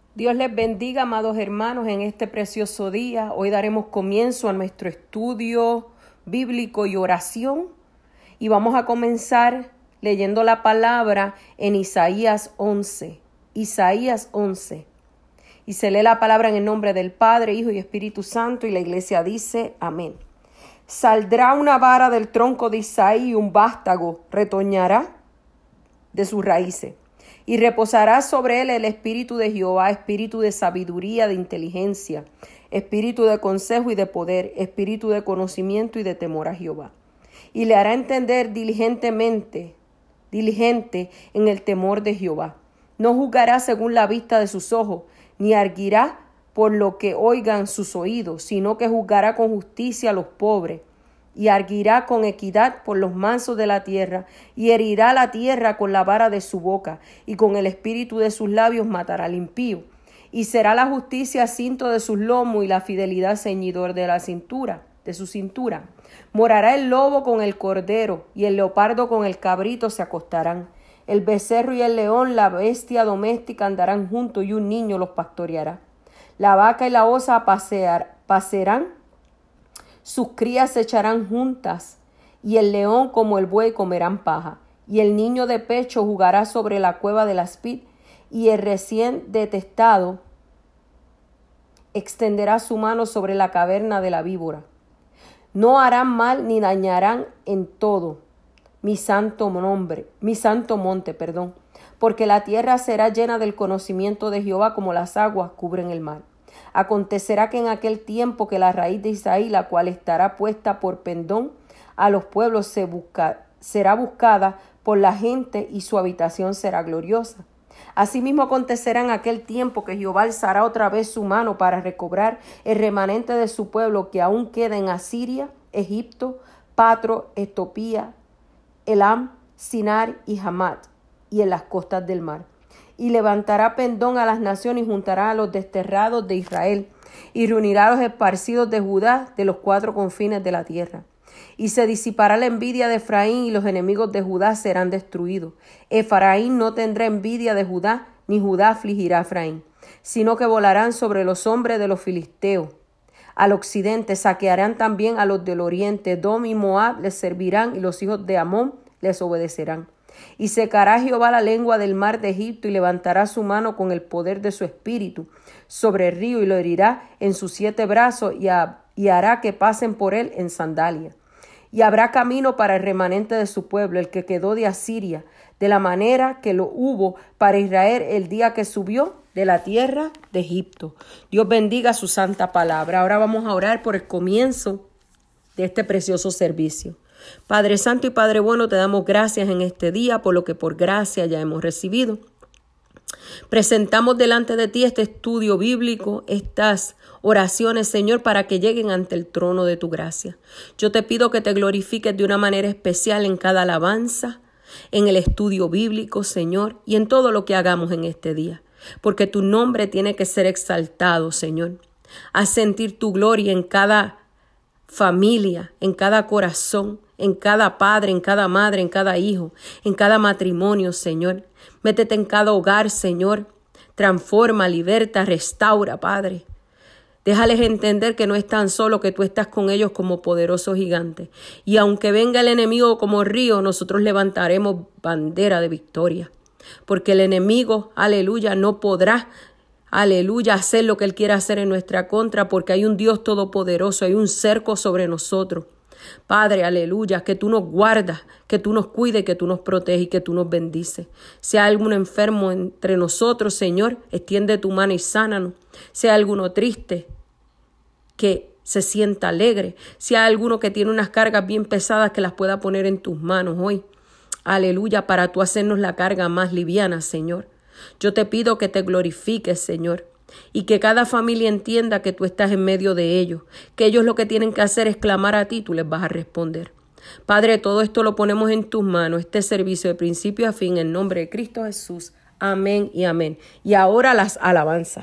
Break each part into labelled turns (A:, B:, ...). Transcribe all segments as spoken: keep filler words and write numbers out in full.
A: Dios les bendiga, amados hermanos, en este precioso día. Hoy daremos comienzo a nuestro estudio bíblico y oración. Y vamos a comenzar leyendo la palabra en Isaías once. Isaías once. Y se lee la palabra en el nombre del Padre, Hijo y Espíritu Santo, y la iglesia dice amén. Saldrá una vara del tronco de Isaí y un vástago retoñará de sus raíces. Y reposará sobre él el espíritu de Jehová, espíritu de sabiduría, de inteligencia, espíritu de consejo y de poder, espíritu de conocimiento y de temor a Jehová. Y le hará entender diligentemente, diligente en el temor de Jehová. No juzgará según la vista de sus ojos, ni arguirá por lo que oigan sus oídos, sino que juzgará con justicia a los pobres, y arguirá con equidad por los mansos de la tierra, y herirá la tierra con la vara de su boca, y con el espíritu de sus labios matará al impío. Y será la justicia cinto de sus lomos, y la fidelidad ceñidor de la cintura, de su cintura. Morará el lobo con el cordero, y el leopardo con el cabrito se acostarán. El becerro y el león, la bestia doméstica, andarán juntos, y un niño los pastoreará. La vaca y la osa pasear, pacerán, sus crías se echarán juntas, y el león como el buey comerán paja, y el niño de pecho jugará sobre la cueva del aspid, y el recién detestado extenderá su mano sobre la caverna de la víbora. No harán mal ni dañarán en todo mi santo nombre, mi santo monte, perdón, porque la tierra será llena del conocimiento de Jehová como las aguas cubren el mar. Acontecerá que en aquel tiempo que la raíz de Isaí, la cual estará puesta por pendón a los pueblos, se busca, será buscada por la gente y su habitación será gloriosa. Asimismo acontecerá en aquel tiempo que Jehová alzará otra vez su mano para recobrar el remanente de su pueblo que aún queda en Asiria, Egipto, Patro, Etiopía, Elam, Sinar y Hamat, y en las costas del mar. Y levantará pendón a las naciones y juntará a los desterrados de Israel, y reunirá a los esparcidos de Judá de los cuatro confines de la tierra. Y se disipará la envidia de Efraín, y los enemigos de Judá serán destruidos. Efraín no tendrá envidia de Judá, ni Judá afligirá a Efraín, sino que volarán sobre los hombres de los filisteos. Al occidente saquearán también a los del oriente. Edom y Moab les servirán, y los hijos de Amón les obedecerán. Y secará Jehová la lengua del mar de Egipto, y levantará su mano con el poder de su espíritu sobre el río, y lo herirá en sus siete brazos, y, a, y hará que pasen por él en sandalias. Y habrá camino para el remanente de su pueblo, el que quedó de Asiria, de la manera que lo hubo para Israel el día que subió de la tierra de Egipto. Dios bendiga su santa palabra. Ahora vamos a orar por el comienzo de este precioso servicio. Padre Santo y Padre Bueno, te damos gracias en este día por lo que por gracia ya hemos recibido. Presentamos delante de ti este estudio bíblico, estas oraciones, Señor, para que lleguen ante el trono de tu gracia. Yo te pido que te glorifiques de una manera especial en cada alabanza, en el estudio bíblico, Señor, y en todo lo que hagamos en este día, porque tu nombre tiene que ser exaltado, Señor. Haz sentir tu gloria en cada familia, en cada corazón, en cada padre, en cada madre, en cada hijo, en cada matrimonio, Señor. Métete en cada hogar, Señor. Transforma, liberta, restaura, Padre. Déjales entender que no están solos, que tú estás con ellos como poderoso gigante. Y aunque venga el enemigo como río, nosotros levantaremos bandera de victoria. Porque el enemigo, aleluya, no podrá, aleluya, hacer lo que él quiera hacer en nuestra contra, porque hay un Dios todopoderoso, hay un cerco sobre nosotros. Padre, aleluya, que tú nos guardas, que tú nos cuides, que tú nos proteges y que tú nos bendices. Si hay algún enfermo entre nosotros, Señor, extiende tu mano y sánanos. Si hay alguno triste, que se sienta alegre. Si hay alguno que tiene unas cargas bien pesadas, que las pueda poner en tus manos hoy. Aleluya, para tú hacernos la carga más liviana, Señor. Yo te pido que te glorifiques, Señor, y que cada familia entienda que tú estás en medio de ellos, que ellos lo que tienen que hacer es clamar a ti, tú les vas a responder. Padre, todo esto lo ponemos en tus manos, este servicio de principio a fin, en nombre de Cristo Jesús. Amén y amén. Y ahora las alabanzas.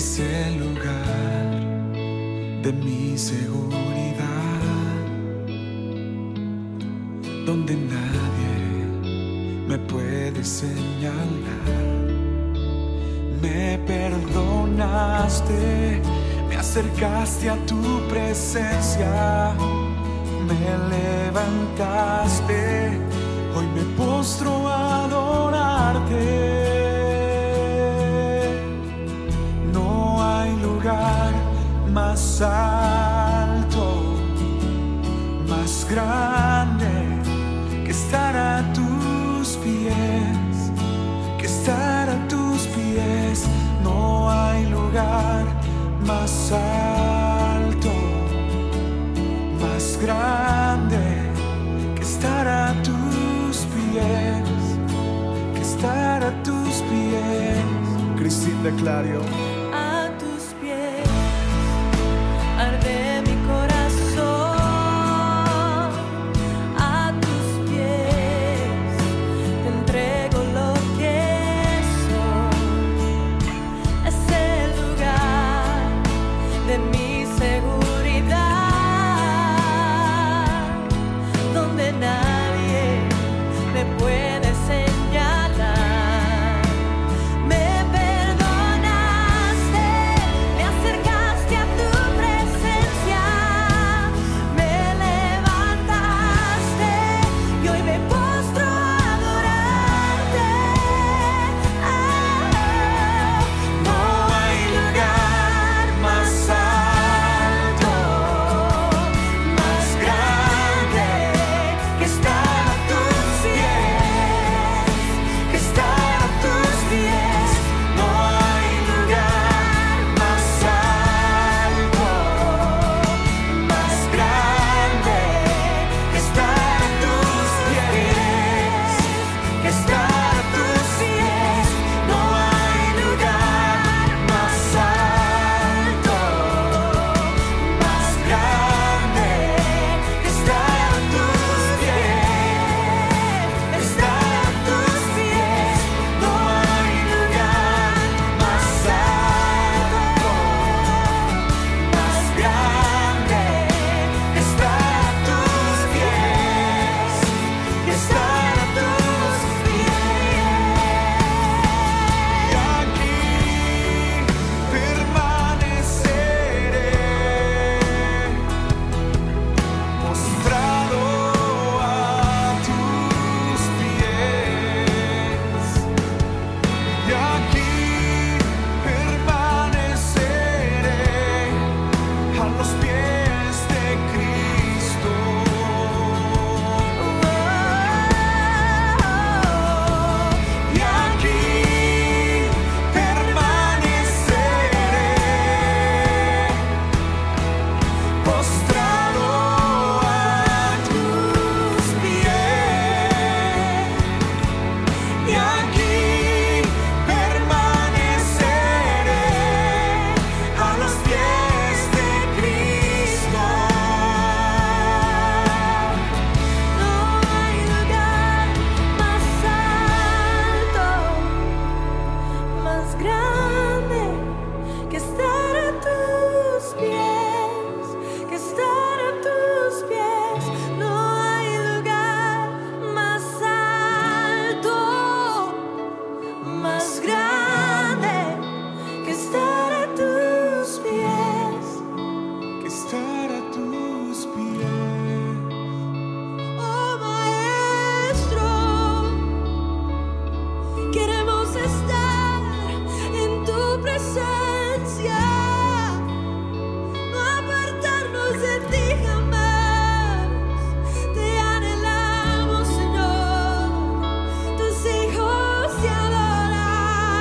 B: es el lugar de mi seguridad, donde nadie me puede señalar. Me perdonaste, me acercaste a tu presencia, me levantaste, hoy me postro a adorarte. No hay lugar más alto, más grande que estar a tus pies, que estar a tus pies. No hay lugar más alto, más grande que estar a tus pies, que estar a tus pies. Cristina de Clario.
C: A tus pies arde mi corazón, a tus pies te entrego lo que soy. Es el lugar de mi seguridad, donde nadie me puede señalar. Me perdonaste, me acercaste a tu presencia, me levantaste y hoy me postro a adorarte. Ah,
B: No hay lugar más alto, más grande que estar a tus pies, que estar a tus pies. No hay lugar más alto, más grande que estar a tus pies, que estar a tus pies. No hay lugar más alto, más grande que estar a tus pies, estar a tus pies. No hay lugar más alto, más grande que estar a tus pies, que estar a tus pies. Y aquí permaneceré, postrado a tus pies. Y aquí permaneceré a los pies de Cristo. Y aquí permaneceré, postrado a tus pies. Y aquí permaneceré a los pies de Cristo.
C: no hay lugar más alto, más grande que estar a tus pies, que estar a tus pies. No hay lugar más alto, más grande que estar a tus pies.
B: Que estar a tus pies.
C: Oh Maestro, queremos estar en tu presencia, no apartarnos de ti jamás. Te anhelamos, Señor, tus hijos te adoran.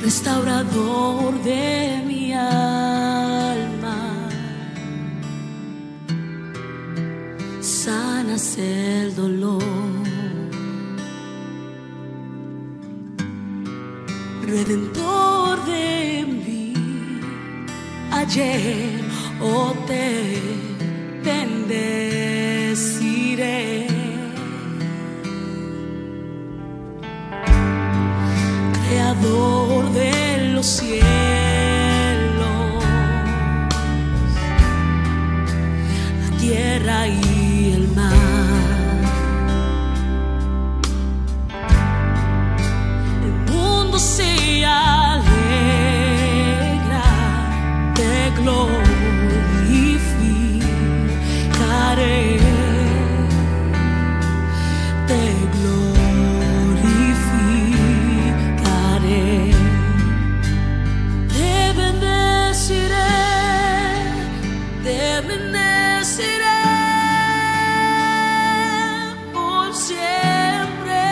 C: restaurador de mi alma, sanas el dolor, redentor de mí. Ayer oh te bendeciré, creador de los cielos, la tierra y el mar. El mundo se alegra, te glorificaré, te glorificaré. Te bendeciré, te bendeciré por siempre,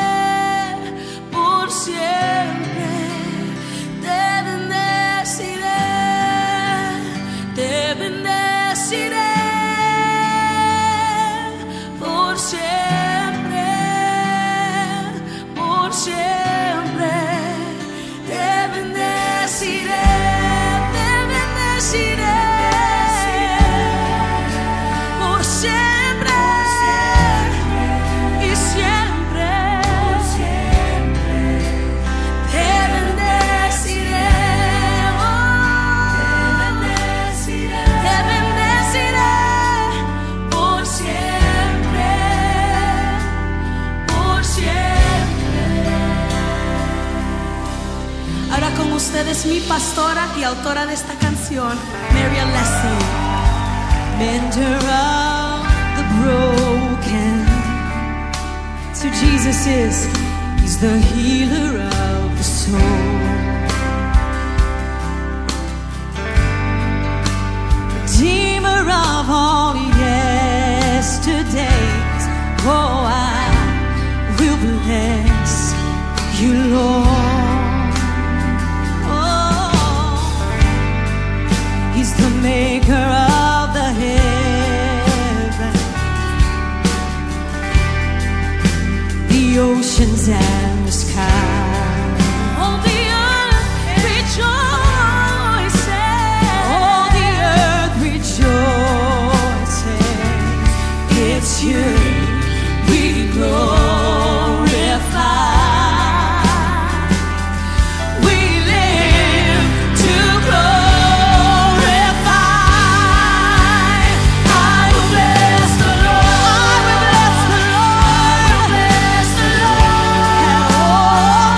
C: por siempre. Te bendeciré, te bendeciré por siempre, por siempre. Te bendeciré, te bendeciré por siempre y siempre. Te bendeciré, oh, te bendeciré por siempre, por siempre. Ahora con ustedes mi pastora y autora de esta canción, Mary Leslie. Mender of the broken. So Jesus is, He's the healer of the soul. Redeemer of all yesterdays. Oh, I will bless you, Lord. Oh, He's the maker of the heaven, the oceans and the sky. All the earth rejoices. All the earth rejoices. It's you we glorify. We live to glorify. I will bless the Lord. I will bless the Lord. I will bless the Lord.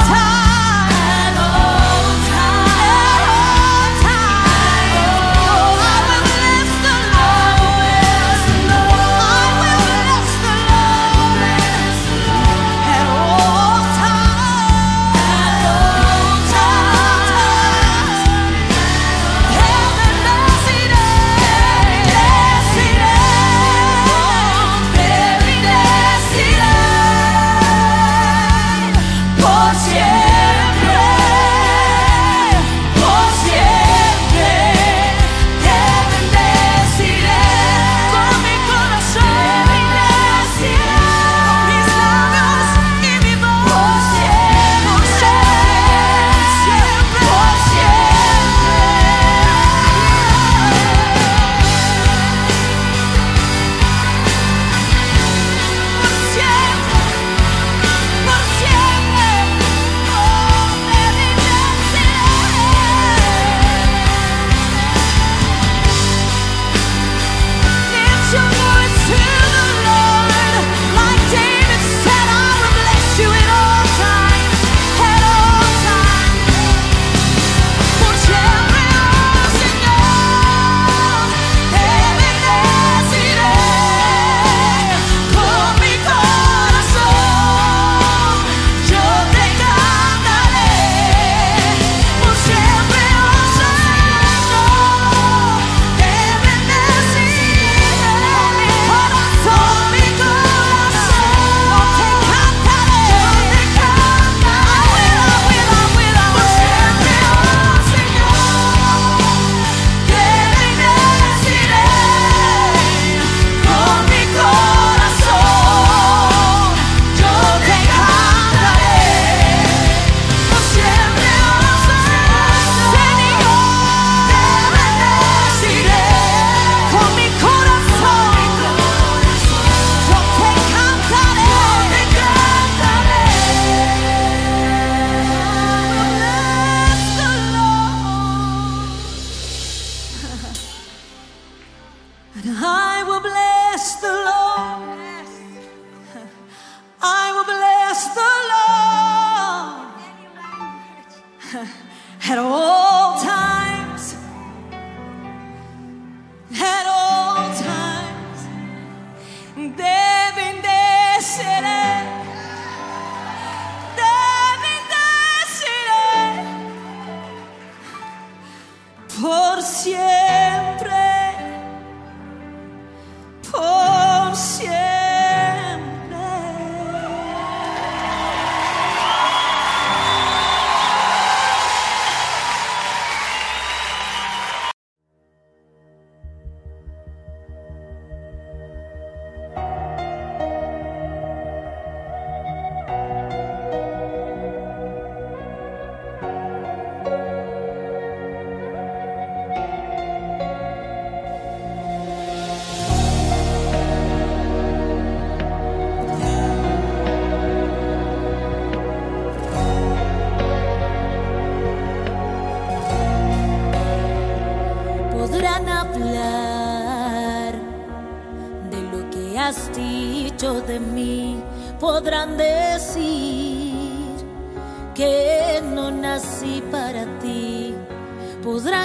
D: mí podrán decir que no nací para ti. Podrán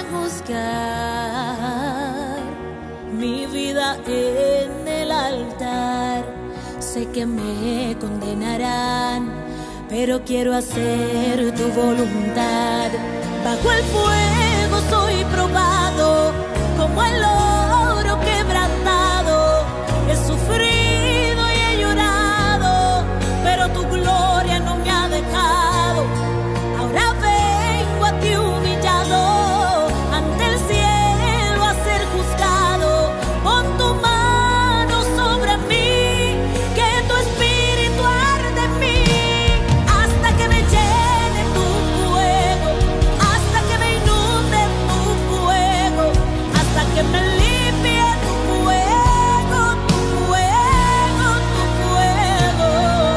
D: juzgar mi vida en el altar. Sé que me condenarán, pero quiero hacer tu voluntad. Bajo el fuego soy probado, como el oro quebrantado. He sufrido y he llorado, pero tu gloria no me ha dejado. Ahora vengo a ti humillado, ante el cielo a ser juzgado. Pon tu mano sobre mí, que tu espíritu arde en mí, hasta que me llene tu fuego, hasta que me inunde tu fuego, hasta que me limpie tu fuego, tu fuego, tu fuego.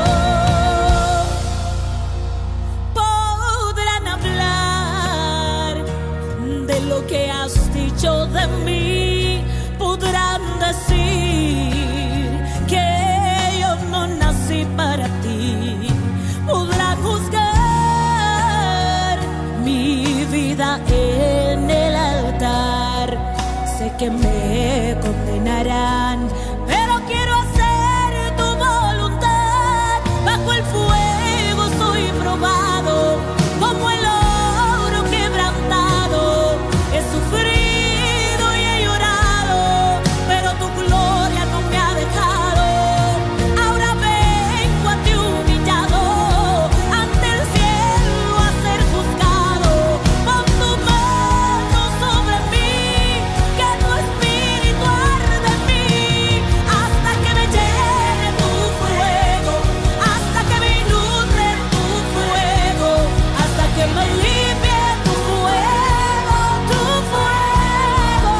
D: Podrán hablar de lo que has dicho de mí, podrán decir que yo no nací para ti, podrán juzgar mi vida en el altar. Sé que me condenarán, pero quiero hacer tu voluntad. Bajo el fuego soy probado, como el oro quebrantado. He sufrido y he llorado, pero tu gloria no me ha dejado. Ahora vengo a ti humillado, ante el cielo a ser juzgado. Pon tu mano sobre mí, que tu espíritu arde en mí, hasta que me llene tu fuego, hasta que me inunde tu fuego, hasta que me limpie tu fuego, tu fuego,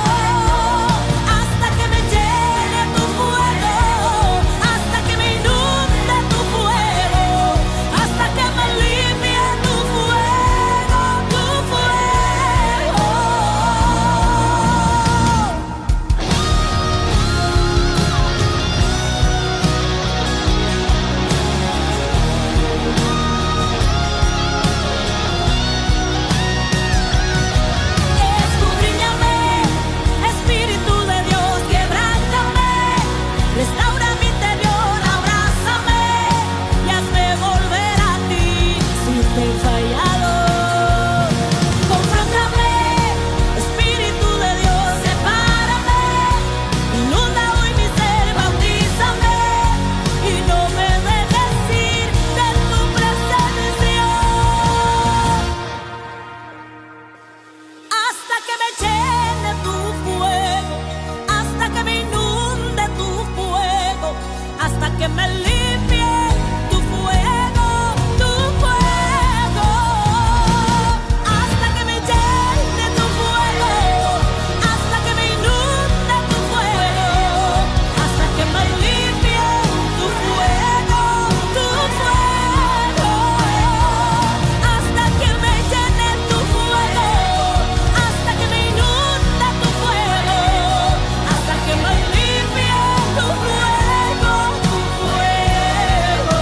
D: hasta que me llene tu fuego, hasta que me inunde tu fuego, hasta que me limpie tu fuego, tu fuego. Escudriñame, Espíritu de Dios, quebrántame, restaura mi interior, abrázame y hazme volver a ti si te he fallado. Confróntame, Espíritu de Dios, sepárame, inunda hoy mi ser, bautízame y no me dejes ir de tu presencia, hasta que me llene tu fuego, hasta que me inunde tu fuego, hasta que me limpie tu fuego, tu fuego, hasta que me llene tu fuego, hasta que me inunde tu fuego, hasta que me limpie tu fuego, tu fuego, hasta que me llene tu fuego, hasta que me inunde tu fuego, hasta que me limpie tu fuego, tu fuego.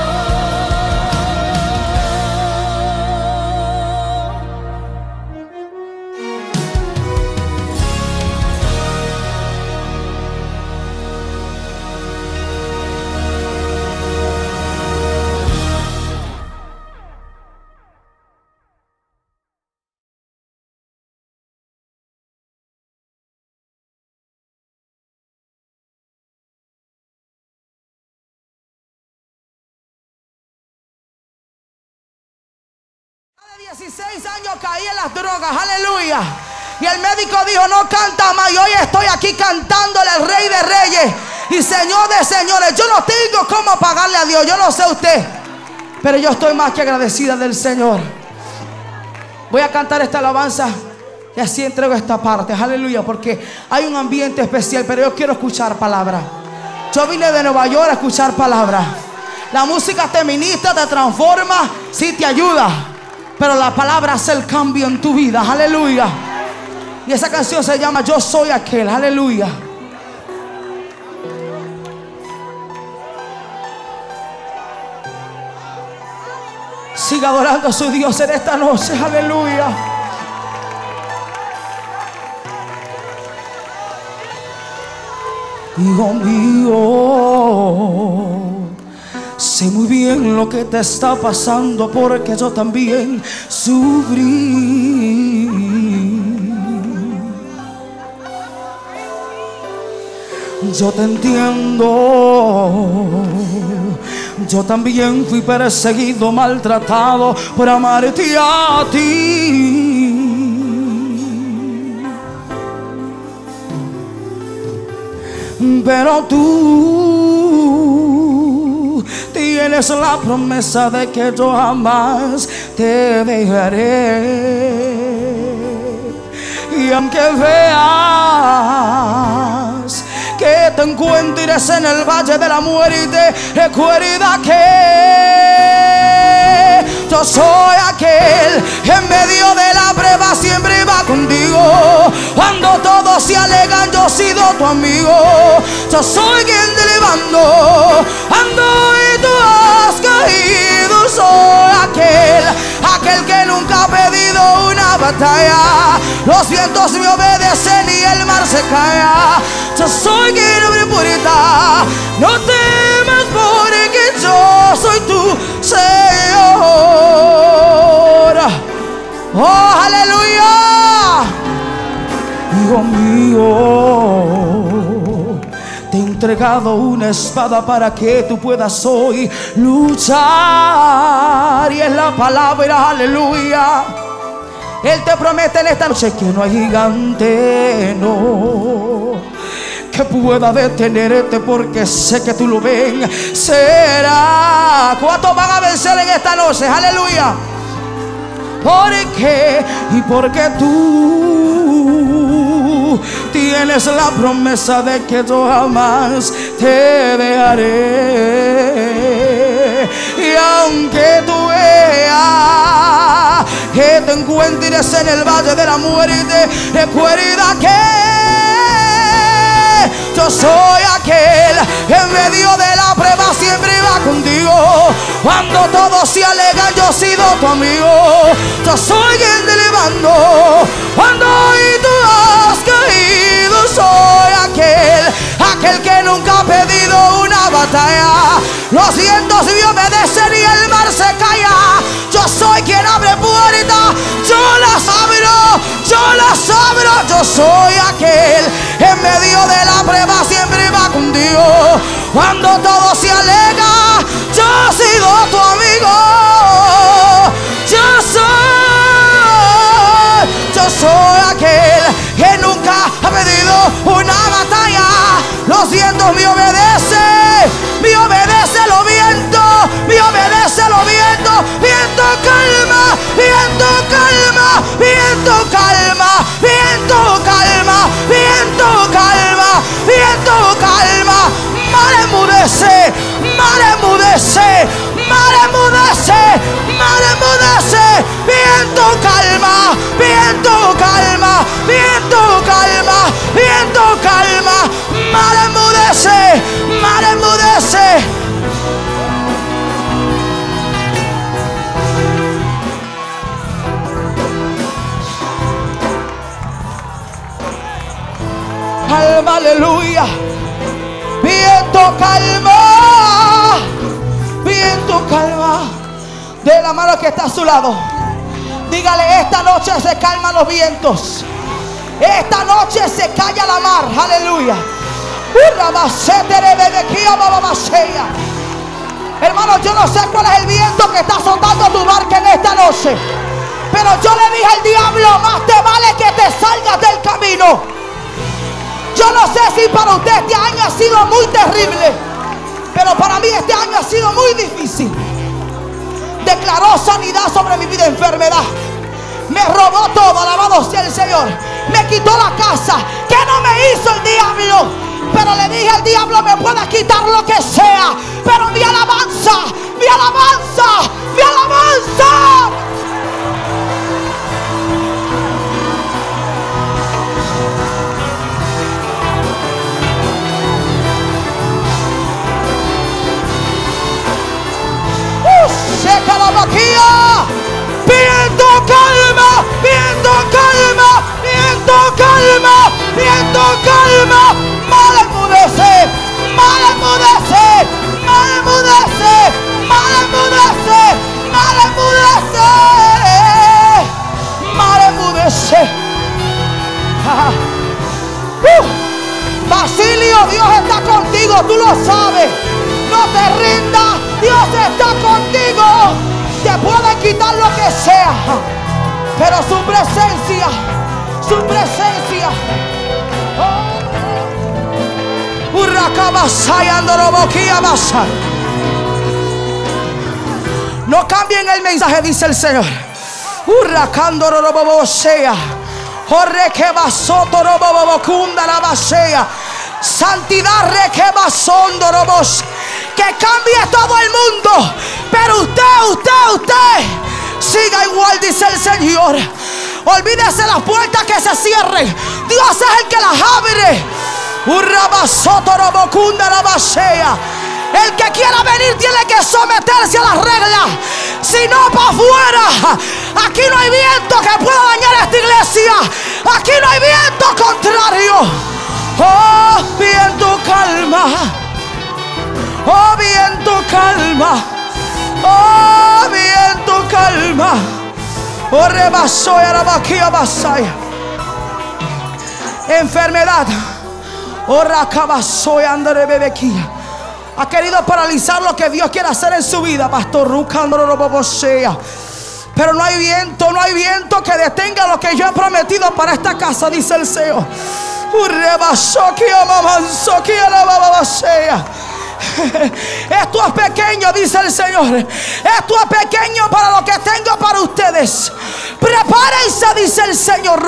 E: De dieciséis años caí en las drogas, aleluya. Y el médico dijo: no canta más. Y hoy estoy aquí cantándole al Rey de Reyes y Señor de Señores. Yo no tengo cómo pagarle a Dios, yo no sé usted, pero yo estoy más que agradecida del Señor. Voy a cantar esta alabanza y así entrego esta parte, aleluya, porque hay un ambiente especial, pero yo quiero escuchar palabra. Yo vine de Nueva York a escuchar palabra. La música te ministra, te transforma, sí te ayuda, pero la palabra hace el cambio en tu vida, aleluya. Y esa canción se llama Yo Soy Aquel, aleluya. Siga adorando a su Dios en esta noche. Aleluya. Hijo mío, sé muy bien lo que te está pasando, porque yo también sufrí. Yo te entiendo. Yo también fui perseguido, maltratado por amarte a ti. Pero tú tienes la promesa de que yo jamás te dejaré. Y aunque veas que te encuentres en el valle de la muerte, recuerda que yo soy aquel en medio de la prueba, siempre va contigo. Cuando todos se alegan, yo he sido tu amigo. Yo soy quien te levanto ando y tú has caído. Soy aquel, aquel que nunca ha perdido una batalla. Los vientos me obedecen y el mar se calla. Yo soy quien abre puerta. No temas porque yo soy tu Señor. Oh, aleluya. Hijo mío, te he entregado una espada para que tú puedas hoy luchar. Y es la palabra, aleluya. Él te promete en esta noche que no hay gigante, no, que pueda detenerte, porque sé que tú lo vencerás. ¿Cuántos van a vencer en esta noche? Aleluya. Porque y porque tú tienes la promesa de que yo jamás te dejaré. Y aunque tú veas que te encuentres en el valle de la muerte, recuerda que yo soy aquel en medio de la prueba, siempre va contigo. Cuando todos se alegan, yo he sido tu amigo. Yo soy quien te levanto cuando hoy tú has caído. Soy aquel, aquel que nunca ha perdido una batalla. Los vientos me obedecen y el mar se calla. Yo soy quien abre puertas, yo las abro, yo las abro. Yo soy aquel en medio de la prueba, siempre va contigo. Cuando todo se alega, yo he sido tu amigo. Yo soy, yo soy aquel que nunca ha perdido una batalla. Los vientos me obedecen, me obedece los vientos, me obedece los vientos. Viento calma, viento calma, viento calma, viento calma, viento calma, viento calma. Mar enmudece, mar enmudece, mar enmudece, mar enmudece. Viento calma, viento calma, viento calma, viento calma. Mar enmudece, mar enmudece. Calma, aleluya. Viento calma, viento calma. De la mano que está a su lado, dígale: esta noche se calman los vientos, esta noche se calla la mar. Aleluya. Hermano, yo no sé cuál es el viento que está azotando tu barca en esta noche, pero yo le dije al diablo: más te vale que te salgas del camino. Yo no sé si para usted este año ha sido muy terrible, pero para mí este año ha sido muy difícil. Declaró sanidad sobre mi vida, enfermedad. Me robó todo, alabado sea el Señor. Me quitó la casa. ¿Qué no me hizo el diablo? Pero le dije al diablo: me puedes quitar lo que sea, pero mi alabanza, mi alabanza, mi alabanza. Seca la vaquilla. tú lo sabes. No te rindas, Dios está contigo. Te pueden quitar lo que sea, pero su presencia, su presencia. No cambien el mensaje, dice el Señor. Santidad requebasondorobos. Que cambie todo el mundo, pero usted, usted, usted siga igual, dice el Señor. Olvídese las puertas que se cierren. Dios es el que las abre. El que quiera venir tiene que someterse a las reglas. Si no, para afuera. Aquí no hay viento que pueda dañar esta iglesia. Aquí no hay viento contrario. Oh, viento calma. Oh, viento calma. Oh, viento calma. Oh, rebasó y arabaquía basaya. Enfermedad. Oh, racabasó y andare bebequía. Ha querido paralizar lo que Dios quiere hacer en su vida, pastor. Pero no hay viento, no hay viento que detenga lo que yo he prometido para esta casa, dice el Señor. Esto es pequeño, dice el Señor. Esto es pequeño para lo que tengo para ustedes. Prepárense, dice el Señor.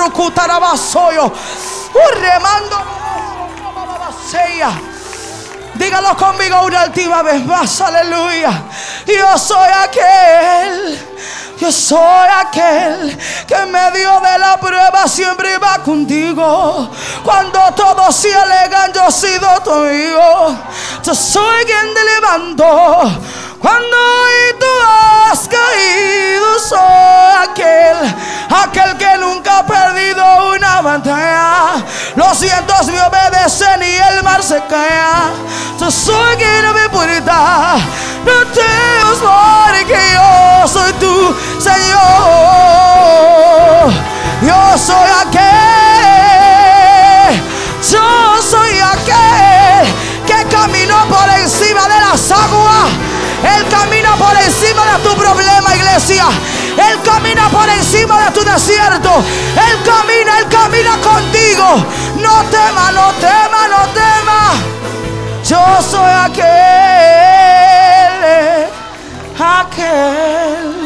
E: Dígalo conmigo una última vez más, aleluya. Yo soy aquel, yo soy aquel que en medio de la prueba siempre va contigo. Cuando todos se alegan, yo he sido tu amigo. Yo soy quien te levanto cuando hoy tú has caído. Soy aquel, aquel que nunca ha perdido una batalla. Los vientos me obedecen y el mar se calla. Yo soy quien me importa. No temas porque yo soy tu Señor. Yo soy aquel, yo soy aquel que caminó por encima de las aguas. Él camina por encima de tu problema, iglesia. Él camina por encima de tu desierto. Él camina, Él camina contigo. No temas, no temas, no temas. Yo soy aquel, aquel.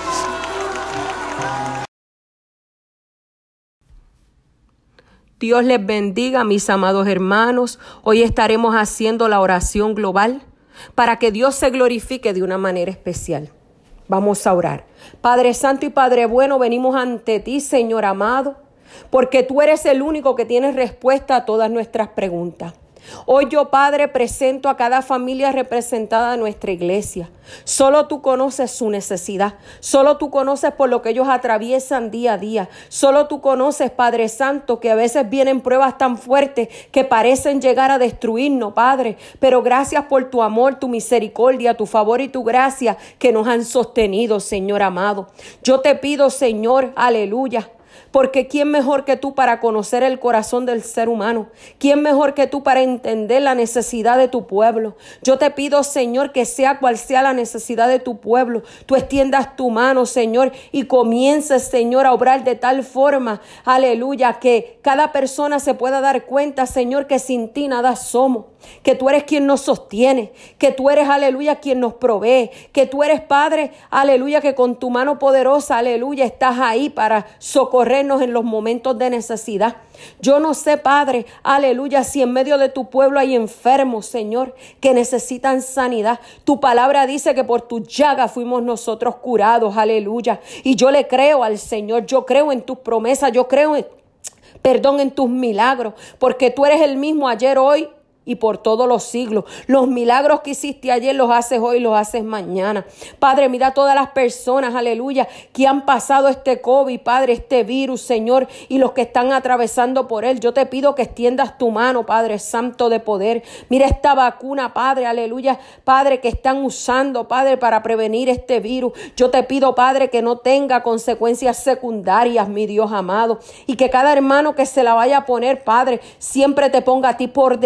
A: Dios les bendiga, mis amados hermanos. Hoy estaremos haciendo la oración global para que Dios se glorifique de una manera especial. Vamos a orar. Padre Santo y Padre bueno, venimos ante ti, Señor amado, porque tú eres el único que tienes respuesta a todas nuestras preguntas. Hoy yo, Padre, presento a cada familia representada en nuestra iglesia. Solo tú conoces su necesidad. Solo tú conoces por lo que ellos atraviesan día a día. Solo tú conoces, Padre Santo, que a veces vienen pruebas tan fuertes que parecen llegar a destruirnos, Padre. Pero gracias por tu amor, tu misericordia, tu favor y tu gracia que nos han sostenido, Señor amado. Yo te pido, Señor, aleluya, porque ¿quién mejor que tú para conocer el corazón del ser humano? ¿Quién mejor que tú para entender la necesidad de tu pueblo? Yo te pido, Señor, que sea cual sea la necesidad de tu pueblo, tú extiendas tu mano, Señor, y comiences, Señor, a obrar de tal forma, aleluya, que cada persona se pueda dar cuenta, Señor, que sin ti nada somos, que tú eres quien nos sostiene, que tú eres, aleluya, quien nos provee, que tú eres, Padre, aleluya, que con tu mano poderosa, aleluya, estás ahí para socorrernos en los momentos de necesidad. Yo no sé, Padre, aleluya, si en medio de tu pueblo hay enfermos, Señor, que necesitan sanidad. Tu palabra dice que por tu llaga fuimos nosotros curados, aleluya. Y yo le creo al Señor, yo creo en tus promesas, yo creo en, perdón, en tus milagros, porque tú eres el mismo ayer, hoy y por todos los siglos. Los milagros que hiciste ayer los haces hoy, los haces mañana. Padre, mira a todas las personas, aleluya, que han pasado este COVID, Padre, este virus, Señor, y los que están atravesando por él. Yo te pido que extiendas tu mano, Padre Santo de poder. Mira esta vacuna, Padre, aleluya, Padre, que están usando, Padre, para prevenir este virus. Yo te pido, Padre, que no tenga consecuencias secundarias, mi Dios amado, y que cada hermano que se la vaya a poner, Padre, siempre te ponga a ti por delante.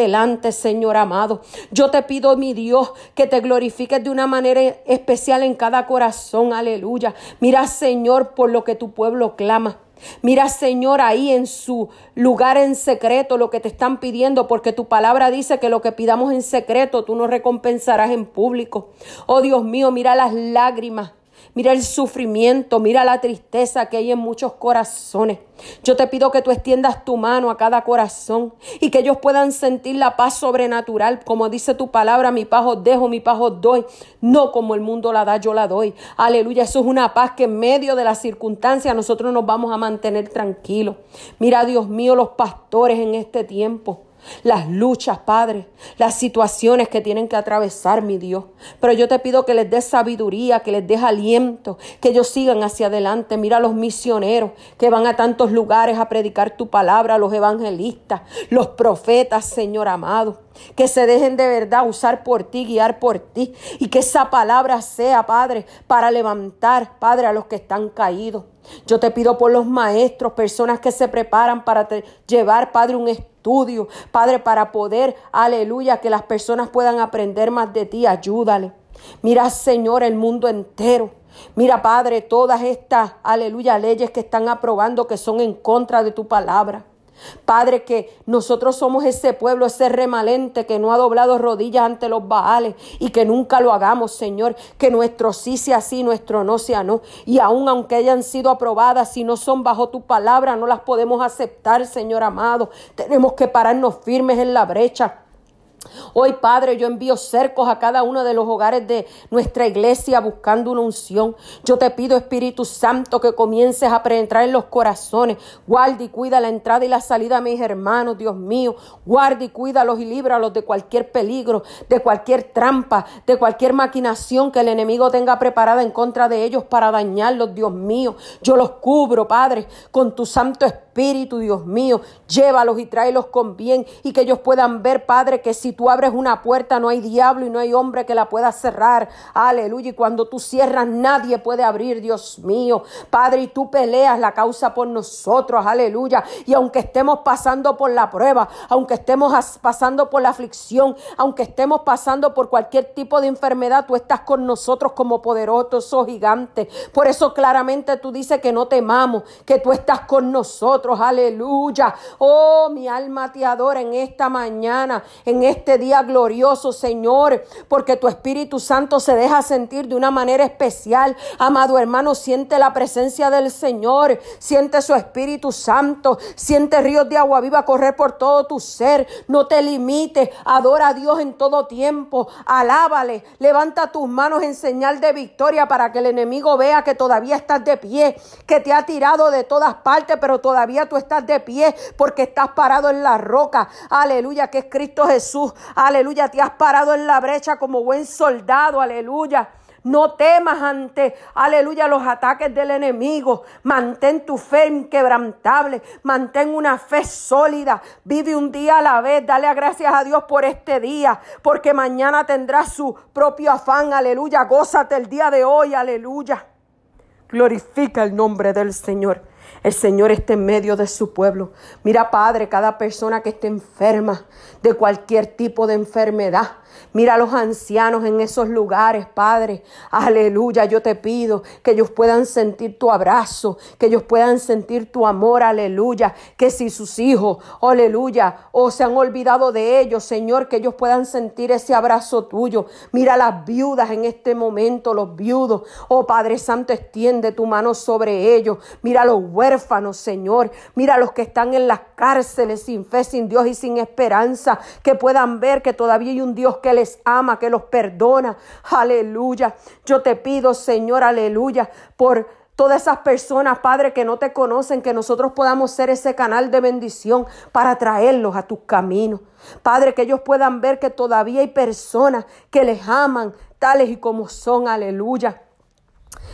A: instantes, Señor amado. Yo te pido, mi Dios, que te glorifiques de una manera especial en cada corazón. Aleluya. Mira, Señor, por lo que tu pueblo clama. Mira, Señor, ahí en su lugar en secreto lo que te están pidiendo, porque tu palabra dice que lo que pidamos en secreto tú nos recompensarás en público. Oh Dios mío, mira las lágrimas. Mira el sufrimiento, mira la tristeza que hay en muchos corazones. Yo te pido que tú extiendas tu mano a cada corazón y que ellos puedan sentir la paz sobrenatural. Como dice tu palabra, mi paz os dejo, mi paz os doy. No como el mundo la da, yo la doy. Aleluya, eso es una paz que en medio de las circunstancias nosotros nos vamos a mantener tranquilos. Mira, Dios mío, los pastores en este tiempo. Las luchas, Padre, las situaciones que tienen que atravesar, mi Dios. Pero yo te pido que les des sabiduría, que les des aliento, que ellos sigan hacia adelante. Mira a los misioneros que van a tantos lugares a predicar tu palabra, los evangelistas, los profetas, Señor amado. Que se dejen de verdad usar por ti, guiar por ti. Y que esa palabra sea, Padre, para levantar, Padre, a los que están caídos. Yo te pido por los maestros, personas que se preparan para te llevar, Padre, un estudio, Padre, para poder, aleluya, que las personas puedan aprender más de ti. Ayúdale. Mira, Señor, el mundo entero. Mira, Padre, todas estas, aleluya, leyes que están aprobando que son en contra de tu palabra. Padre, que nosotros somos ese pueblo, ese remanente que no ha doblado rodillas ante los Baales y que nunca lo hagamos, Señor. Que nuestro sí sea sí, nuestro no sea no. Y aun aunque hayan sido aprobadas, si no son bajo tu palabra, no las podemos aceptar, Señor amado. Tenemos que pararnos firmes en la brecha. Hoy, Padre, yo envío cercos a cada uno de los hogares de nuestra iglesia buscando una unción. Yo te pido, Espíritu Santo, que comiences a penetrar en los corazones. Guarda y cuida la entrada y la salida de mis hermanos, Dios mío. Guarda y cuídalos y líbralos de cualquier peligro, de cualquier trampa, de cualquier maquinación que el enemigo tenga preparada en contra de ellos para dañarlos, Dios mío. Yo los cubro, Padre, con tu Santo Espíritu, Dios mío. Llévalos y tráelos con bien y que ellos puedan ver, Padre, que si tú abres una puerta no hay diablo y no hay hombre que la pueda cerrar. Aleluya. Y cuando tú cierras nadie puede abrir, Dios mío. Padre, y tú peleas la causa por nosotros. Aleluya. Y aunque estemos pasando por la prueba, aunque estemos pasando por la aflicción, aunque estemos pasando por cualquier tipo de enfermedad, tú estás con nosotros como poderoso gigante. Por eso claramente tú dices que no temamos, que tú estás con nosotros. Aleluya. Oh, mi alma te adora en esta mañana, en este Este día glorioso, Señor, porque tu Espíritu Santo se deja sentir de una manera especial. Amado hermano, siente la presencia del Señor, siente su Espíritu Santo, siente ríos de agua viva correr por todo tu ser. No te limites, adora a Dios en todo tiempo, alábale, levanta tus manos en señal de victoria para que el enemigo vea que todavía estás de pie, que te ha tirado de todas partes, pero todavía tú estás de pie porque estás parado en la roca. Aleluya, que es Cristo Jesús. Aleluya, te has parado en la brecha como buen soldado. Aleluya. No temas ante, aleluya, los ataques del enemigo. Mantén tu fe inquebrantable. Mantén una fe sólida. Vive un día a la vez. Dale gracias a Dios por este día, porque mañana tendrás su propio afán. Aleluya. Gózate el día de hoy. Aleluya. Glorifica el nombre del Señor. El Señor está en medio de su pueblo. Mira, Padre, cada persona que esté enferma de cualquier tipo de enfermedad. Mira a los ancianos en esos lugares, Padre. Aleluya, yo te pido que ellos puedan sentir tu abrazo, que ellos puedan sentir tu amor, aleluya. Que si sus hijos, aleluya, o se han olvidado de ellos, Señor, que ellos puedan sentir ese abrazo tuyo. Mira a las viudas en este momento, los viudos. Oh, Padre Santo, extiende tu mano sobre ellos. Mira a los huérfanos, Señor. Mira a los que están en las cárceles sin fe, sin Dios y sin esperanza. Que puedan ver que todavía hay un Dios que les ama, que los perdona. Aleluya. Yo te pido, Señor, aleluya, por todas esas personas, Padre, que no te conocen, que nosotros podamos ser ese canal de bendición para traerlos a tus caminos. Padre, que ellos puedan ver que todavía hay personas que les aman, tales y como son. Aleluya.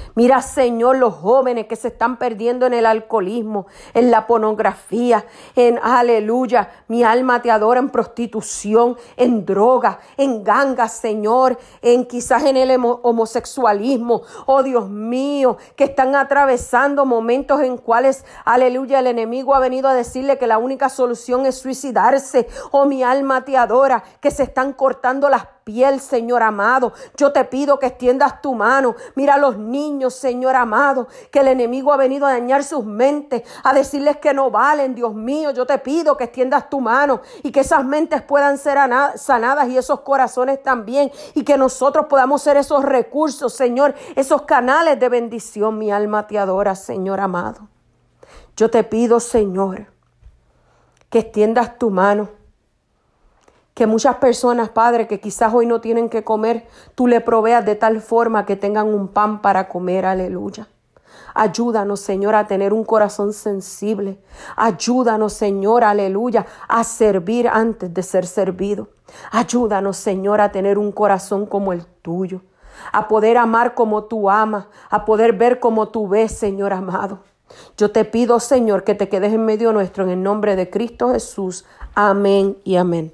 A: Mira, Señor, los jóvenes que se están perdiendo en el alcoholismo, en la pornografía, en aleluya. Mi alma te adora, en prostitución, en droga, en gangas, Señor, en quizás en el homosexualismo. Oh, Dios mío, que están atravesando momentos en cuales, aleluya, el enemigo ha venido a decirle que la única solución es suicidarse. Oh, mi alma te adora, que se están cortando las piel, Señor amado. Yo te pido que extiendas tu mano. Mira a los niños, Señor amado, que el enemigo ha venido a dañar sus mentes, a decirles que no valen. Dios mío, yo te pido que extiendas tu mano y que esas mentes puedan ser sanadas y esos corazones también, y que nosotros podamos ser esos recursos, Señor, esos canales de bendición. Mi alma te adora, Señor amado. Yo te pido, Señor, que extiendas tu mano. Que muchas personas, Padre, que quizás hoy no tienen que comer, tú le proveas de tal forma que tengan un pan para comer. Aleluya. Ayúdanos, Señor, a tener un corazón sensible. Ayúdanos, Señor, aleluya, a servir antes de ser servido. Ayúdanos, Señor, a tener un corazón como el tuyo. A poder amar como tú amas. A poder ver como tú ves, Señor amado. Yo te pido, Señor, que te quedes en medio nuestro en el nombre de Cristo Jesús. Amén y amén.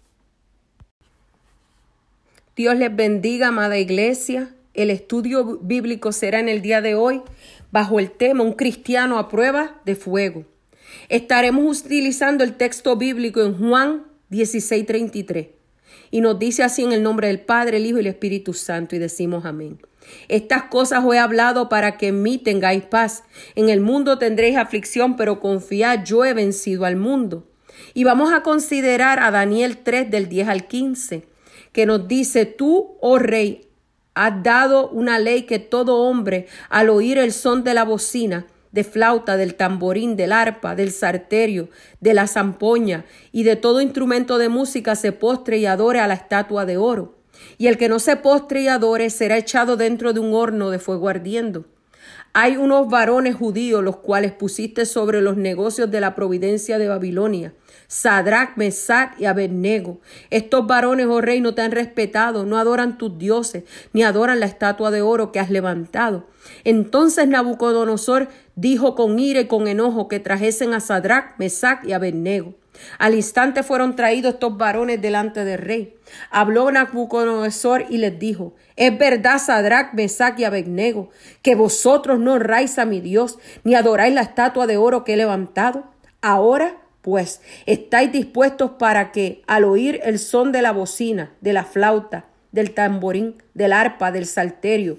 A: Dios les bendiga, amada iglesia. El estudio bíblico será en el día de hoy bajo el tema Un cristiano a prueba de fuego. Estaremos utilizando el texto bíblico en Juan dieciséis treinta y tres. Y nos dice así en el nombre del Padre, el Hijo y el Espíritu Santo, y decimos amén. Estas cosas os he hablado para que en mí tengáis paz. En el mundo tendréis aflicción, pero confiad, yo he vencido al mundo. Y vamos a considerar a Daniel tres del diez al quince. Que nos dice, tú, oh rey, has dado una ley que todo hombre, al oír el son de la bocina, de flauta, del tamborín, del arpa, del salterio, de la zampoña y de todo instrumento de música, se postre y adore a la estatua de oro. Y el que no se postre y adore será echado dentro de un horno de fuego ardiendo. Hay unos varones judíos, los cuales pusiste sobre los negocios de la providencia de Babilonia, Sadrach, Mesach y Abednego. Estos varones, oh rey, no te han respetado, no adoran tus dioses, ni adoran la estatua de oro que has levantado. Entonces Nabucodonosor dijo con ira y con enojo que trajesen a Sadrach, Mesach y Abednego. Al instante fueron traídos estos varones delante del rey. Habló Nabucodonosor y les dijo, es verdad, Sadrach, Mesach y Abednego, que vosotros no honráis a mi Dios, ni adoráis la estatua de oro que he levantado. Ahora, pues, estáis dispuestos para que, al oír el son de la bocina, de la flauta, del tamborín, del arpa, del salterio,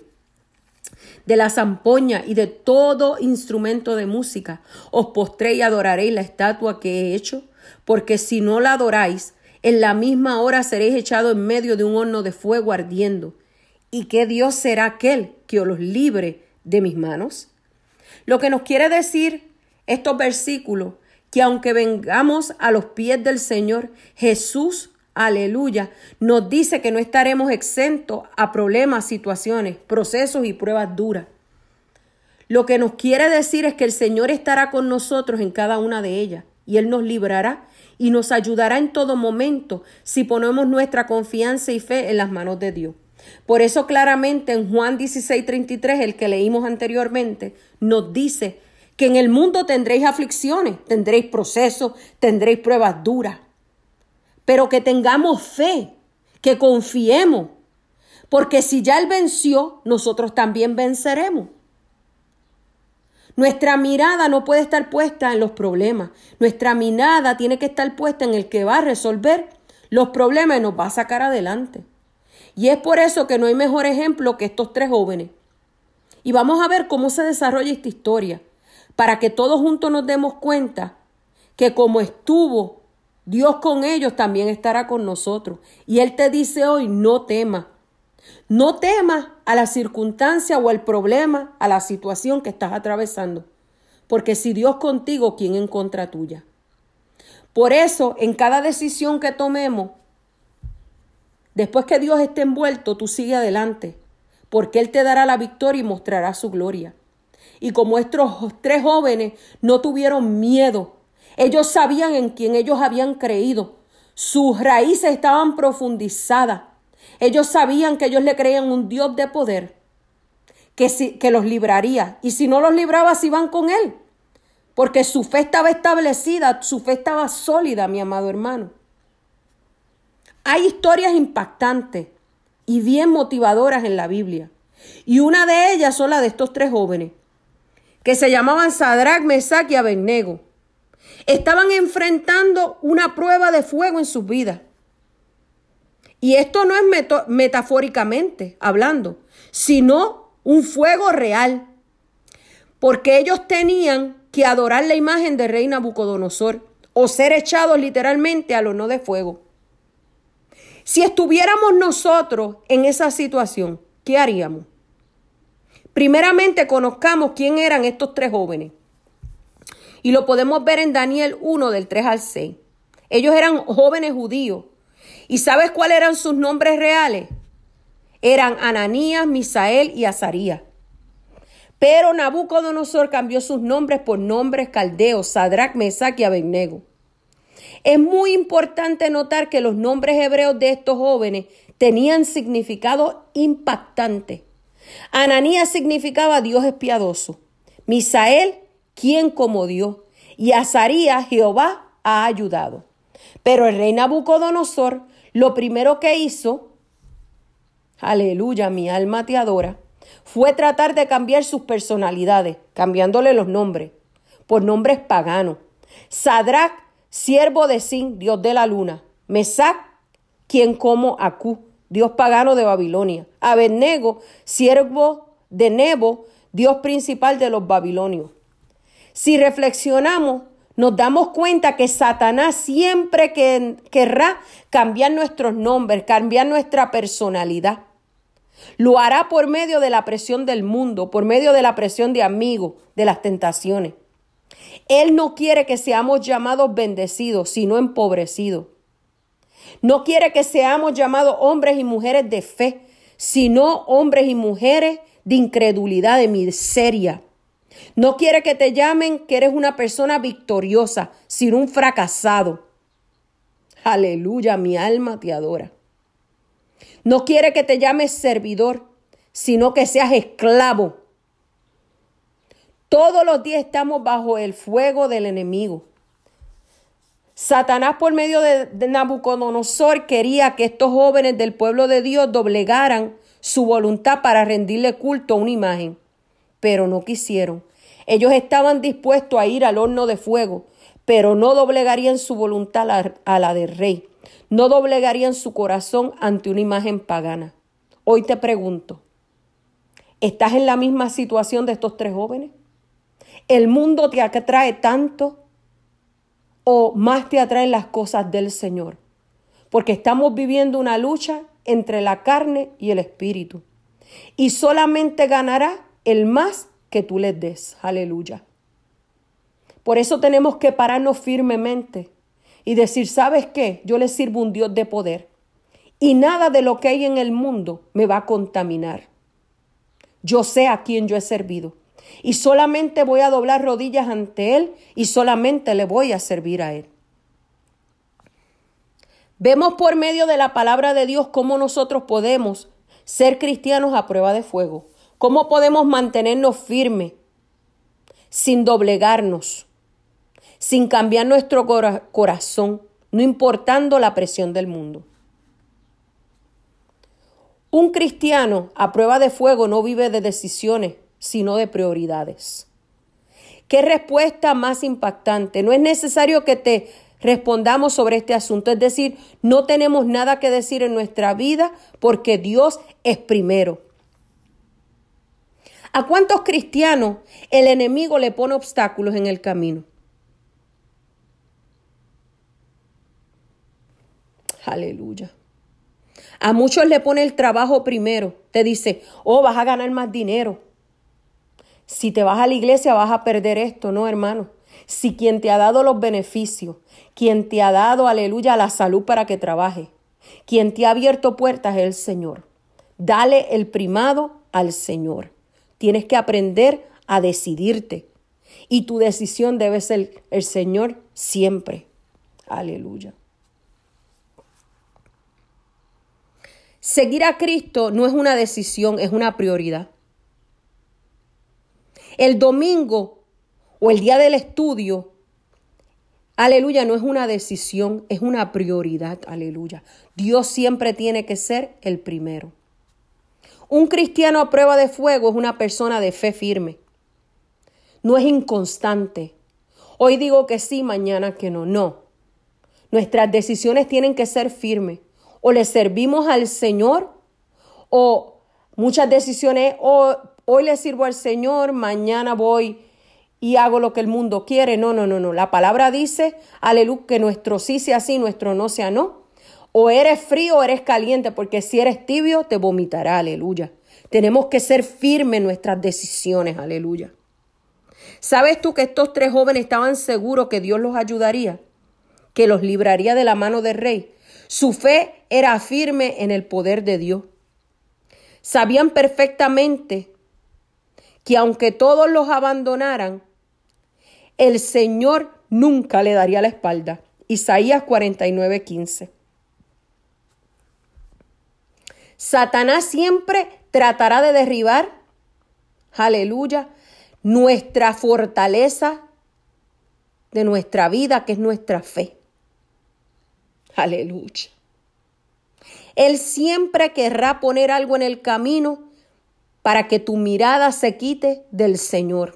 A: de la zampoña y de todo instrumento de música, os postréis y adoraréis la estatua que he hecho, porque si no la adoráis, en la misma hora seréis echados en medio de un horno de fuego ardiendo. ¿Y qué Dios será aquel que os los libre de mis manos? Lo que nos quiere decir estos versículos, que aunque vengamos a los pies del Señor, Jesús, aleluya, nos dice que no estaremos exentos a problemas, situaciones, procesos y pruebas duras. Lo que nos quiere decir es que el Señor estará con nosotros en cada una de ellas y Él nos librará y nos ayudará en todo momento si ponemos nuestra confianza y fe en las manos de Dios. Por eso claramente en Juan dieciséis treinta y tres, el que leímos anteriormente, nos dice que en el mundo tendréis aflicciones, tendréis procesos, tendréis pruebas duras, pero que tengamos fe, que confiemos, porque si ya Él venció, nosotros también venceremos. Nuestra mirada no puede estar puesta en los problemas, nuestra mirada tiene que estar puesta en el que va a resolver los problemas y nos va a sacar adelante. Y es por eso que no hay mejor ejemplo que estos tres jóvenes. Y vamos a ver cómo se desarrolla esta historia, para que todos juntos nos demos cuenta que como estuvo Dios con ellos, también estará con nosotros. Y Él te dice hoy, no temas. No temas a la circunstancia o al problema, a la situación que estás atravesando. Porque si Dios contigo, ¿quién en contra tuya? Por eso, en cada decisión que tomemos, después que Dios esté envuelto, tú sigue adelante. Porque Él te dará la victoria y mostrará su gloria. Y como estos tres jóvenes no tuvieron miedo, ellos sabían en quién ellos habían creído. Sus raíces estaban profundizadas. Ellos sabían que ellos le creían un Dios de poder, que, si, que los libraría. Y si no los libraba, se iban con él. Porque su fe estaba establecida, su fe estaba sólida, mi amado hermano. Hay historias impactantes y bien motivadoras en la Biblia. Y una de ellas son las de estos tres jóvenes, que se llamaban Sadrac, Mesac y Abednego. Estaban enfrentando una prueba de fuego en sus vidas. Y esto no es meto- metafóricamente hablando, sino un fuego real. Porque ellos tenían que adorar la imagen del rey Nabucodonosor o ser echados literalmente al horno de fuego. Si estuviéramos nosotros en esa situación, ¿qué haríamos? Primeramente conozcamos quién eran estos tres jóvenes. Y lo podemos ver en Daniel uno del tres al seis. Ellos eran jóvenes judíos. ¿Y sabes cuáles eran sus nombres reales? Eran Ananías, Misael y Azarías. Pero Nabucodonosor cambió sus nombres por nombres caldeos, Sadrac, Mesac y Abednego. Es muy importante notar que los nombres hebreos de estos jóvenes tenían significado impactante. Ananías significaba Dios es piadoso. Misael, quien como Dios. Y Azarías, Jehová ha ayudado. Pero el rey Nabucodonosor, lo primero que hizo, aleluya, mi alma te adora, fue tratar de cambiar sus personalidades, cambiándole los nombres por nombres paganos. Sadrac, siervo de Sin, dios de la luna. Mesac, quien como Acú, dios pagano de Babilonia. Abednego, siervo de Nebo, dios principal de los babilonios. Si reflexionamos, nos damos cuenta que Satanás siempre que, querrá cambiar nuestros nombres, cambiar nuestra personalidad. Lo hará por medio de la presión del mundo, por medio de la presión de amigos, de las tentaciones. Él no quiere que seamos llamados bendecidos, sino empobrecidos. No quiere que seamos llamados hombres y mujeres de fe, sino hombres y mujeres de incredulidad, de miseria. No quiere que te llamen que eres una persona victoriosa, sino un fracasado. Aleluya, mi alma te adora. No quiere que te llames servidor, sino que seas esclavo. Todos los días estamos bajo el fuego del enemigo. Satanás, por medio de, de Nabucodonosor, quería que estos jóvenes del pueblo de Dios doblegaran su voluntad para rendirle culto a una imagen, pero no quisieron. Ellos estaban dispuestos a ir al horno de fuego, pero no doblegarían su voluntad a la, a la del rey. No doblegarían su corazón ante una imagen pagana. Hoy te pregunto, ¿estás en la misma situación de estos tres jóvenes? ¿El mundo te atrae tanto o más te atraen las cosas del Señor? Porque estamos viviendo una lucha entre la carne y el espíritu. Y solamente ganará el más que tú les des. Aleluya. Por eso tenemos que pararnos firmemente y decir, ¿sabes qué? Yo le sirvo un Dios de poder y nada de lo que hay en el mundo me va a contaminar. Yo sé a quién yo he servido y solamente voy a doblar rodillas ante Él y solamente le voy a servir a Él. Vemos por medio de la palabra de Dios cómo nosotros podemos ser cristianos a prueba de fuego, cómo podemos mantenernos firmes sin doblegarnos, sin cambiar nuestro cora- corazón, no importando la presión del mundo. Un cristiano a prueba de fuego no vive de decisiones, sino de prioridades. ¿Qué respuesta más impactante? No es necesario que te respondamos sobre este asunto, es decir, no tenemos nada que decir en nuestra vida porque Dios es primero. ¿A cuántos cristianos el enemigo le pone obstáculos en el camino? Aleluya. A muchos le pone el trabajo primero. Te dice, oh, vas a ganar más dinero. Si te vas a la iglesia vas a perder esto. No, hermano. Si quien te ha dado los beneficios, quien te ha dado, aleluya, la salud para que trabajes, quien te ha abierto puertas es el Señor. Dale el primado al Señor. Tienes que aprender a decidirte. Y tu decisión debe ser el Señor siempre. Aleluya. Seguir a Cristo no es una decisión, es una prioridad. El domingo o el día del estudio, aleluya, no es una decisión, es una prioridad, aleluya. Dios siempre tiene que ser el primero. Un cristiano a prueba de fuego es una persona de fe firme. No es inconstante. Hoy digo que sí, mañana que no. No. Nuestras decisiones tienen que ser firmes. O le servimos al Señor, o muchas decisiones, o hoy le sirvo al Señor, mañana voy y hago lo que el mundo quiere. No, no, no, no. La palabra dice, aleluya, que nuestro sí sea sí, nuestro no sea no. O eres frío o eres caliente, porque si eres tibio te vomitará, aleluya. Tenemos que ser firmes en nuestras decisiones, aleluya. ¿Sabes tú que estos tres jóvenes estaban seguros que Dios los ayudaría? Que los libraría de la mano del rey. Su fe era firme en el poder de Dios. Sabían perfectamente que aunque todos los abandonaran, el Señor nunca le daría la espalda. Isaías cuarenta y nueve, quince. Satanás siempre tratará de derribar, aleluya, nuestra fortaleza de nuestra vida, que es nuestra fe. Aleluya. Él siempre querrá poner algo en el camino para que tu mirada se quite del Señor.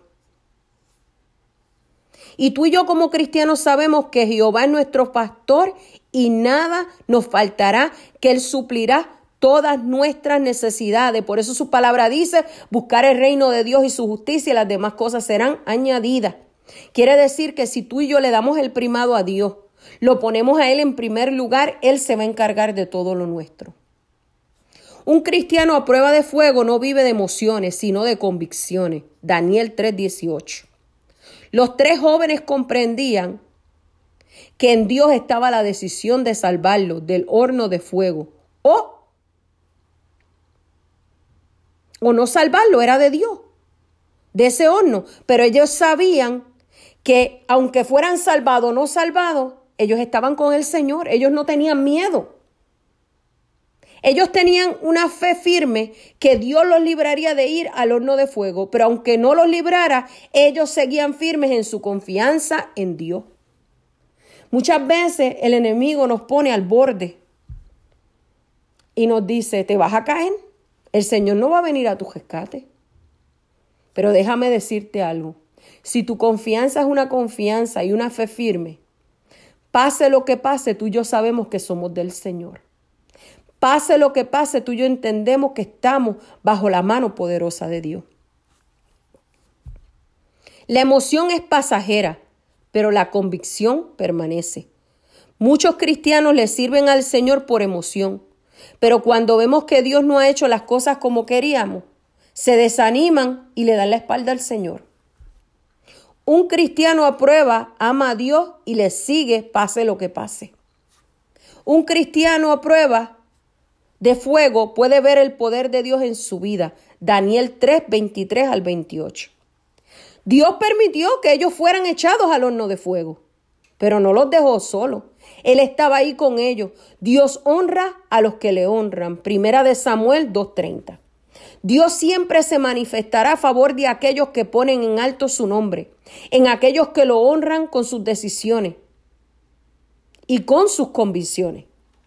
A: Y tú y yo como cristianos sabemos que Jehová es nuestro pastor y nada nos faltará, que Él suplirá todas nuestras necesidades. Por eso su palabra dice, buscar el reino de Dios y su justicia y las demás cosas serán añadidas. Quiere decir que si tú y yo le damos el primado a Dios, lo ponemos a Él en primer lugar, Él se va a encargar de todo lo nuestro. Un cristiano a prueba de fuego no vive de emociones, sino de convicciones. Daniel tres, dieciocho. Los tres jóvenes comprendían que en Dios estaba la decisión de salvarlos del horno de fuego. O, o no salvarlo, era de Dios, de ese horno. Pero ellos sabían que aunque fueran salvados o no salvados, ellos estaban con el Señor. Ellos no tenían miedo. Ellos tenían una fe firme que Dios los libraría de ir al horno de fuego. Pero aunque no los librara, ellos seguían firmes en su confianza en Dios. Muchas veces el enemigo nos pone al borde y nos dice, te vas a caer. El Señor no va a venir a tu rescate. Pero déjame decirte algo. Si tu confianza es una confianza y una fe firme, pase lo que pase, tú y yo sabemos que somos del Señor. Pase lo que pase, tú y yo entendemos que estamos bajo la mano poderosa de Dios. La emoción es pasajera, pero la convicción permanece. Muchos cristianos le sirven al Señor por emoción, pero cuando vemos que Dios no ha hecho las cosas como queríamos, se desaniman y le dan la espalda al Señor. Un cristiano a prueba ama a Dios y le sigue pase lo que pase. Un cristiano a prueba de fuego puede ver el poder de Dios en su vida. Daniel tres, veintitrés al veintiocho. Dios permitió que ellos fueran echados al horno de fuego, pero no los dejó solos. Él estaba ahí con ellos. Dios honra a los que le honran. Primera de Samuel dos, treinta. Dios siempre se manifestará a favor de aquellos que ponen en alto su nombre, en aquellos que lo honran con sus decisiones y con sus convicciones.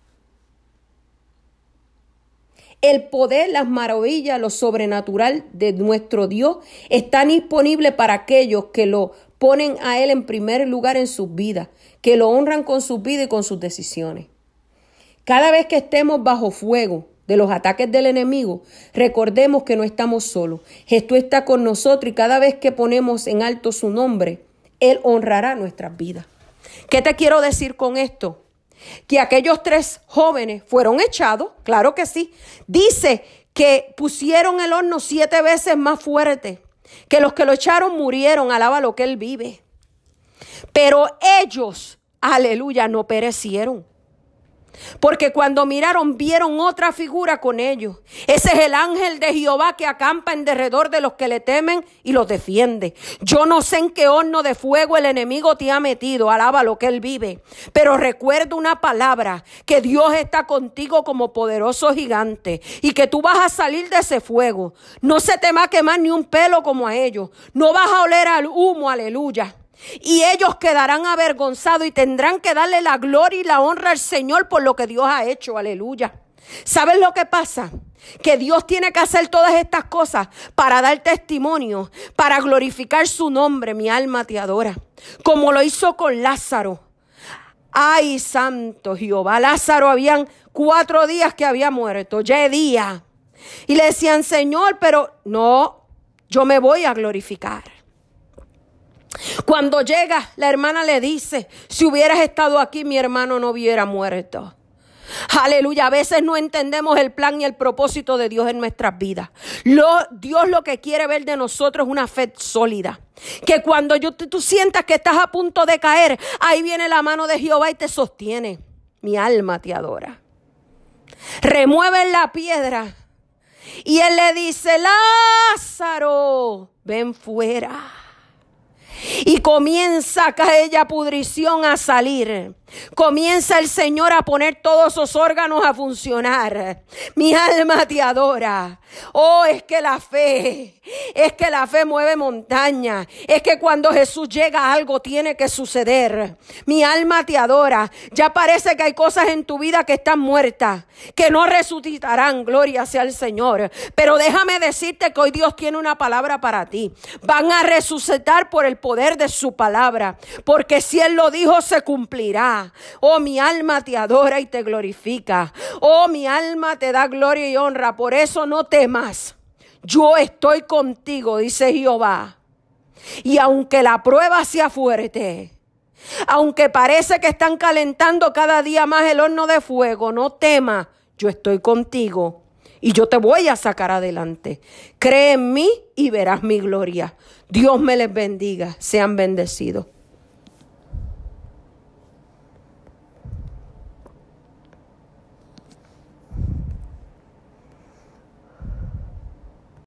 A: El poder, las maravillas, lo sobrenatural de nuestro Dios están disponibles para aquellos que lo ponen a Él en primer lugar en sus vidas, que lo honran con sus vidas y con sus decisiones. Cada vez que estemos bajo fuego de los ataques del enemigo, recordemos que no estamos solos. Jesús está con nosotros y cada vez que ponemos en alto su nombre, Él honrará nuestras vidas. ¿Qué te quiero decir con esto? Que aquellos tres jóvenes fueron echados, claro que sí. Dice que pusieron el horno siete veces más fuerte, que los que lo echaron murieron, alaba lo que Él vive. Pero ellos, aleluya, no perecieron. Porque cuando miraron, vieron otra figura con ellos. Ese es el ángel de Jehová que acampa en derredor de los que le temen y los defiende. Yo no sé en qué horno de fuego el enemigo te ha metido, alaba lo que él vive. Pero recuerda una palabra, que Dios está contigo como poderoso gigante y que tú vas a salir de ese fuego. No se te va a quemar ni un pelo como a ellos. No vas a oler al humo, aleluya. Y ellos quedarán avergonzados y tendrán que darle la gloria y la honra al Señor por lo que Dios ha hecho, aleluya. ¿Sabes lo que pasa? Que Dios tiene que hacer todas estas cosas para dar testimonio, para glorificar su nombre. Mi alma te adora, como lo hizo con Lázaro. Ay, santo Jehová, Lázaro habían cuatro días que había muerto, ya es día. Y le decían, Señor, pero no, yo me voy a glorificar. Cuando llega, la hermana le dice, si hubieras estado aquí, mi hermano no hubiera muerto. Aleluya, a veces no entendemos el plan y el propósito de Dios en nuestras vidas. Lo, Dios lo que quiere ver de nosotros es una fe sólida. Que cuando yo, tú sientas que estás a punto de caer, ahí viene la mano de Jehová y te sostiene. Mi alma te adora. Remueven la piedra y él le dice, Lázaro, ven fuera. Y comienza aquella pudrición a salir. Comienza el Señor a poner todos esos órganos a funcionar. Mi alma te adora. Oh, es que la fe, es que la fe mueve montaña. Es que cuando Jesús llega algo tiene que suceder. Mi alma te adora. Ya parece que hay cosas en tu vida que están muertas, que no resucitarán. Gloria sea al Señor. Pero déjame decirte que hoy Dios tiene una palabra para ti. Van a resucitar por el poder de su palabra. Porque si Él lo dijo, se cumplirá. Oh, mi alma te adora y te glorifica. Oh, mi alma te da gloria y honra. Por eso no temas. Yo estoy contigo, dice Jehová. Y aunque la prueba sea fuerte, aunque parece que están calentando cada día más el horno de fuego, no temas. Yo estoy contigo y yo te voy a sacar adelante. Cree en mí y verás mi gloria. Dios me les bendiga. Sean bendecidos.